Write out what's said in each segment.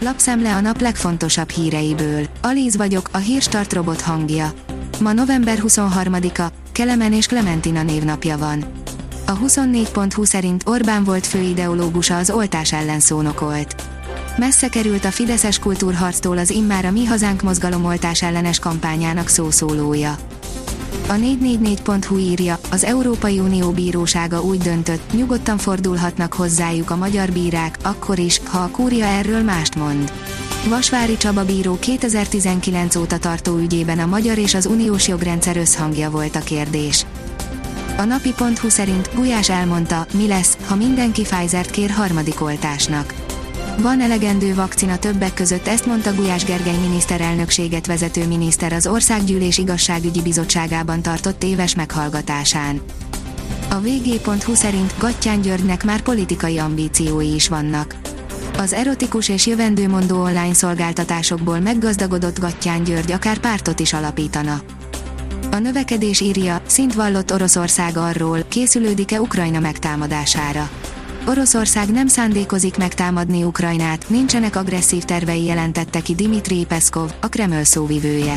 Lapszemle a nap legfontosabb híreiből. Alíz vagyok, a Hírstart robot hangja. Ma november 23-a, Kelemen és Klementina névnapja van. A 24.20 szerint Orbán volt főideológusa az oltás ellen szónokolt. Messze került a fideszes kultúrharctól az immár a Mi Hazánk mozgalom oltás ellenes kampányának szószólója. A 444.hu írja, az Európai Unió bírósága úgy döntött, nyugodtan fordulhatnak hozzájuk a magyar bírák, akkor is, ha a kúria erről mást mond. Vasvári Csaba bíró 2019 óta tartó ügyében a magyar és az uniós jogrendszer összhangja volt a kérdés. A napi.hu szerint Gulyás elmondta, mi lesz, ha mindenki Pfizert kér harmadik oltásnak. Van elegendő vakcina, többek között ezt mondta Gulyás Gergely miniszterelnökséget vezető miniszter az Országgyűlés Igazságügyi Bizottságában tartott éves meghallgatásán. A vg.hu szerint Gattyán Györgynek már politikai ambíciói is vannak. Az erotikus és jövendőmondó online szolgáltatásokból meggazdagodott Gattyán György akár pártot is alapítana. A növekedés írja, szint vallott Oroszország arról, készülődik-e Ukrajna megtámadására. Oroszország nem szándékozik megtámadni Ukrajnát, nincsenek agresszív tervei, jelentette ki Dmitrij Peszkov, a Kreml szóvivője.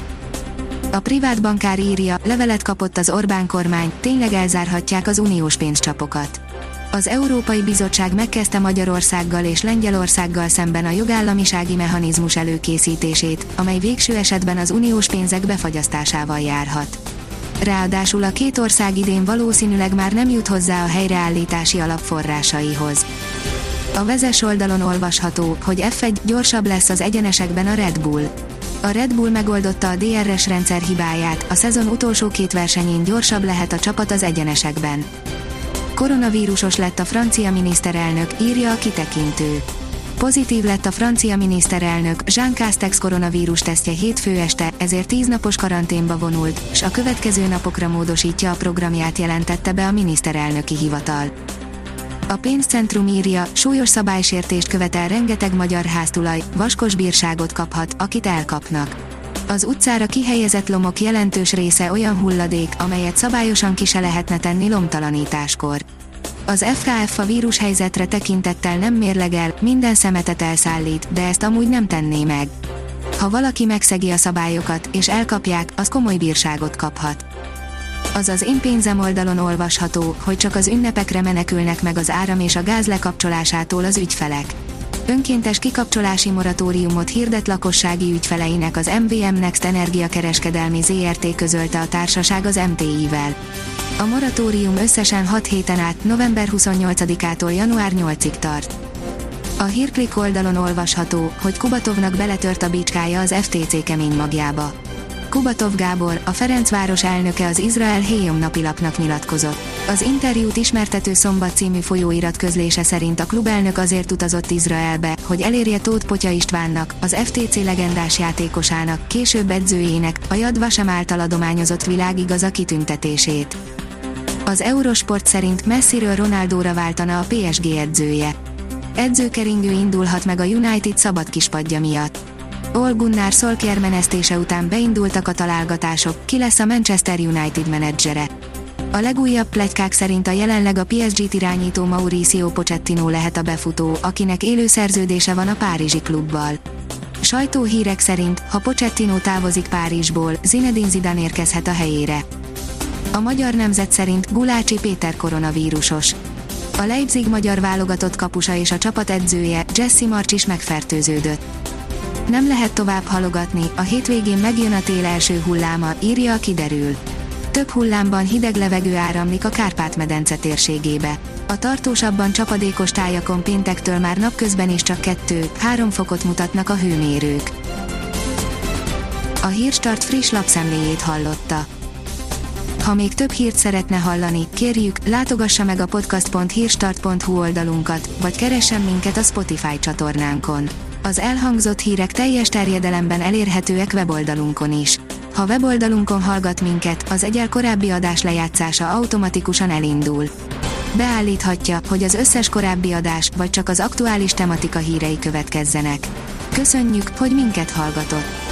A privát bankár írja, levelet kapott az Orbán kormány, tényleg elzárhatják az uniós pénzcsapokat. Az Európai Bizottság megkezdte Magyarországgal és Lengyelországgal szemben a jogállamisági mechanizmus előkészítését, amely végső esetben az uniós pénzek befagyasztásával járhat. Ráadásul a két ország idén valószínűleg már nem jut hozzá a helyreállítási alap forrásaihoz. A Vezes oldalon olvasható, hogy F1 gyorsabb lesz az egyenesekben a Red Bull. A Red Bull megoldotta a DRS rendszer hibáját, a szezon utolsó két versenyén gyorsabb lehet a csapat az egyenesekben. Koronavírusos lett a francia miniszterelnök, írja a kitekintő. Pozitív lett a francia miniszterelnök, Jean Castex koronavírus tesztje hétfő este, ezért 10 napos karanténba vonult, s a következő napokra módosítja a programját, jelentette be a miniszterelnöki hivatal. A pénzcentrum írja, súlyos szabálysértést követel rengeteg magyar háztulaj, vaskos bírságot kaphat, akit elkapnak. Az utcára kihelyezett lomok jelentős része olyan hulladék, amelyet szabályosan ki se lehetne tenni lomtalanításkor. Az FKF a vírushelyzetre tekintettel nem mérlegel, minden szemetet elszállít, de ezt amúgy nem tenné meg. Ha valaki megszegi a szabályokat, és elkapják, az komoly bírságot kaphat. Azaz Én pénzem oldalon olvasható, hogy csak az ünnepekre menekülnek meg az áram és a gáz lekapcsolásától az ügyfelek. Önkéntes kikapcsolási moratóriumot hirdet lakossági ügyfeleinek az MVM Next Energiakereskedelmi Zrt. Közölte a társaság az MTI-vel. A moratórium összesen 6 héten át, november 28-ától január 8-ig tart. A Hírklik oldalon olvasható, hogy Kubatovnak beletört a bicskája az FTC kemény magjába. Kubatov Gábor, a Ferencváros elnöke az Izrael Héjom napilapnak nyilatkozott. Az interjút ismertető Szombat című folyóirat közlése szerint a klubelnök azért utazott Izraelbe, hogy elérje Tóth Potya Istvánnak, az FTC legendás játékosának, később edzőjének, a Yad Vashem által adományozott világigaza kitüntetését. Az Eurosport szerint Messiről Ronaldóra váltana a PSG edzője. Edzőkeringő indulhat meg a United szabad kispadja miatt. Ole Gunnar Solskjaer menesztése után beindultak a találgatások, ki lesz a Manchester United menedzsere. A legújabb pletykák szerint a jelenleg a PSG-t irányító Mauricio Pochettino lehet a befutó, akinek élő szerződése van a párizsi klubbal. Sajtóhírek szerint, ha Pochettino távozik Párizsból, Zinedine Zidane érkezhet a helyére. A Magyar Nemzet szerint Gulácsi Péter koronavírusos. A Leipzig magyar válogatott kapusa és a csapat edzője, Jesse March is megfertőződött. Nem lehet tovább halogatni, a hétvégén megjön a tél első hulláma, írja a Kiderül. Több hullámban hideg levegő áramlik a Kárpát-medence térségébe. A tartósabban csapadékos tájakon péntektől már napközben is csak 2-3 fokot mutatnak a hőmérők. A Hírstart friss lapszemléjét hallotta. Ha még több hírt szeretne hallani, kérjük, látogassa meg a podcast.hírstart.hu oldalunkat, vagy keressen minket a Spotify csatornánkon. Az elhangzott hírek teljes terjedelemben elérhetőek weboldalunkon is. Ha weboldalunkon hallgat minket, az egyel korábbi adás lejátszása automatikusan elindul. Beállíthatja, hogy az összes korábbi adás, vagy csak az aktuális tematika hírei következzenek. Köszönjük, hogy minket hallgatott!